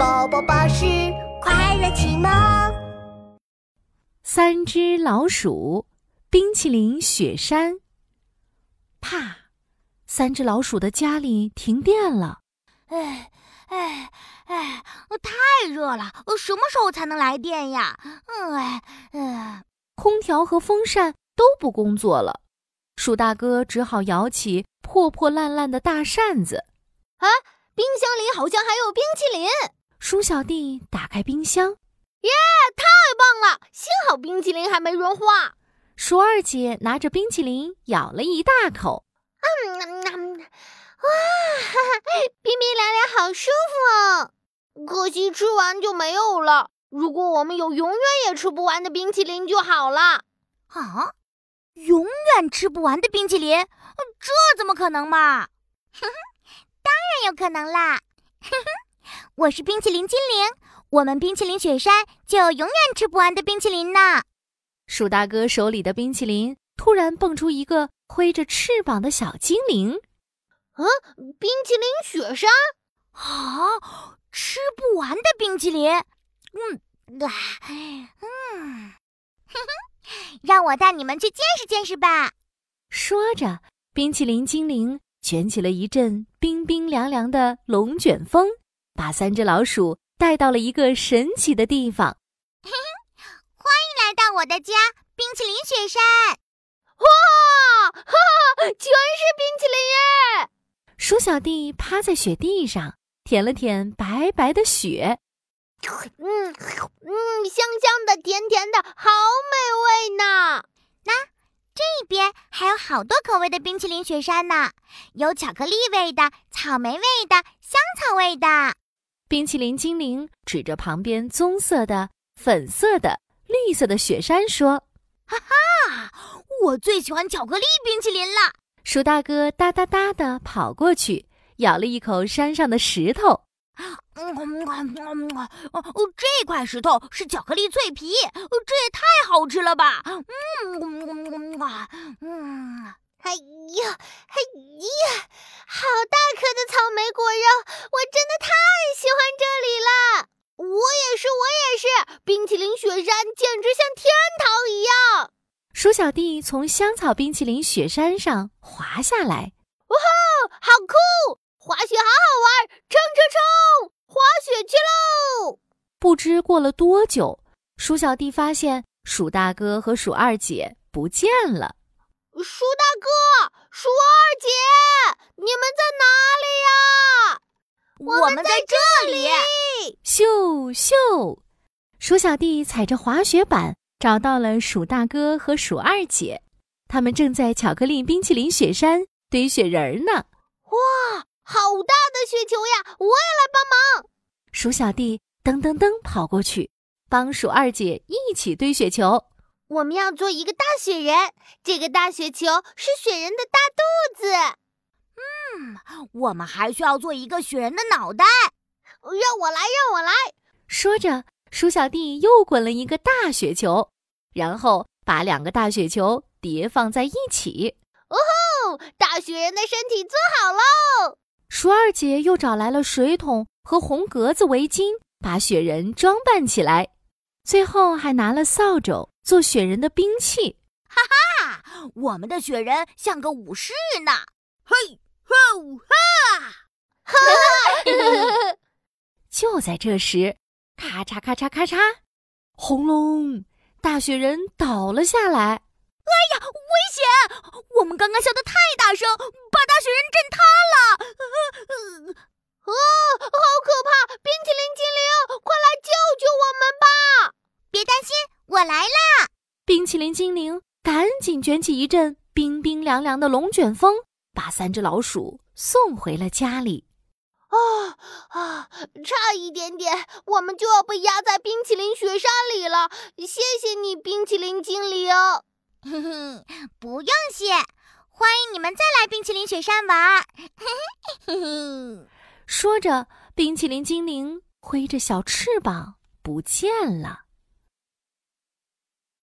宝宝巴士快乐启蒙。 三只老鼠，冰淇淋雪山。啪！三只老鼠的家里停电了。 太热了，什么时候才能来电呀？ 空调和风扇都不工作了，鼠大哥只好摇起破破烂烂的大扇子。 冰箱里好像还有冰淇淋。 鼠小弟打开冰箱， 太棒了！幸好冰淇淋还没融化。 鼠二姐拿着冰淇淋咬了一大口。 冰冰凉凉，好舒服哦！可惜吃完就没有了。如果我们有永远也吃不完的冰淇淋就好了。永远吃不完的冰淇淋？这怎么可能嘛？当然有可能啦！我是冰淇淋精灵，我们冰淇淋雪山就有永远吃不完的冰淇淋呢。 鼠大哥手里的冰淇淋突然蹦出一个挥着翅膀的小精灵。 冰淇淋雪山？吃不完的冰淇淋。让我带你们去见识见识吧。 说着，冰淇淋精灵卷起了一阵冰冰凉凉的龙卷风，把三只老鼠带到了一个神奇的地方。 欢迎来到我的家，冰淇淋雪山。全是冰淇淋耶！ 鼠小弟趴在雪地上，舔了舔白白的雪。 香香的，甜甜的，好美味呢！这边还有好多口味的冰淇淋雪山呢，有巧克力味的、草莓味的、香草味的。 冰淇淋精灵指着旁边棕色的、粉色的、绿色的雪山说： 我最喜欢巧克力冰淇淋了。 鼠大哥哒哒哒地跑过去，咬了一口山上的石头。 这块石头是巧克力脆皮，这也太好吃了吧！好大颗的草莓果肉，我真的太喜欢这里了。我也是，冰淇淋雪山简直像天堂一样。 鼠小弟从香草冰淇淋雪山上滑下来。 好酷！滑雪好好玩，冲！滑雪去喽！ 不知过了多久，鼠小弟发现鼠大哥和鼠二姐不见了。 鼠大哥，鼠二姐，你们在哪里呀？我们在这里。 咻咻！鼠小弟踩着滑雪板找到了鼠大哥和鼠二姐，他们正在巧克力冰淇淋雪山堆雪人呢。 哇，好大的雪球呀！我也来帮忙。 鼠小弟噔噔噔跑过去，帮鼠二姐一起堆雪球。 我们要做一个大雪人，这个大雪球是雪人的大肚子。我们还需要做一个雪人的脑袋。让我来。 说着，鼠小弟又滚了一个大雪球，然后把两个大雪球叠放在一起。 大雪人的身体做好喽！ 鼠二姐又找来了水桶和红格子围巾，把雪人装扮起来，最后还拿了扫帚做雪人的兵器。 我们的雪人像个武士呢！ 就在这时，咔嚓咔嚓咔嚓，轰隆！大雪人倒了下来。 危险！我们刚刚笑得太大声，把大雪人震塌了。好可怕！冰淇淋精灵，快来救我们吧！别担心，我来啦！ 冰淇淋精灵赶紧卷起一阵冰冰凉凉的龙卷风，把三只老鼠送回了家里。 差一点点，我们就要被压在冰淇淋雪山里了。谢谢你，冰淇淋精灵。不用谢，欢迎你们再来冰淇淋雪山玩。 说着，冰淇淋精灵挥着小翅膀不见了。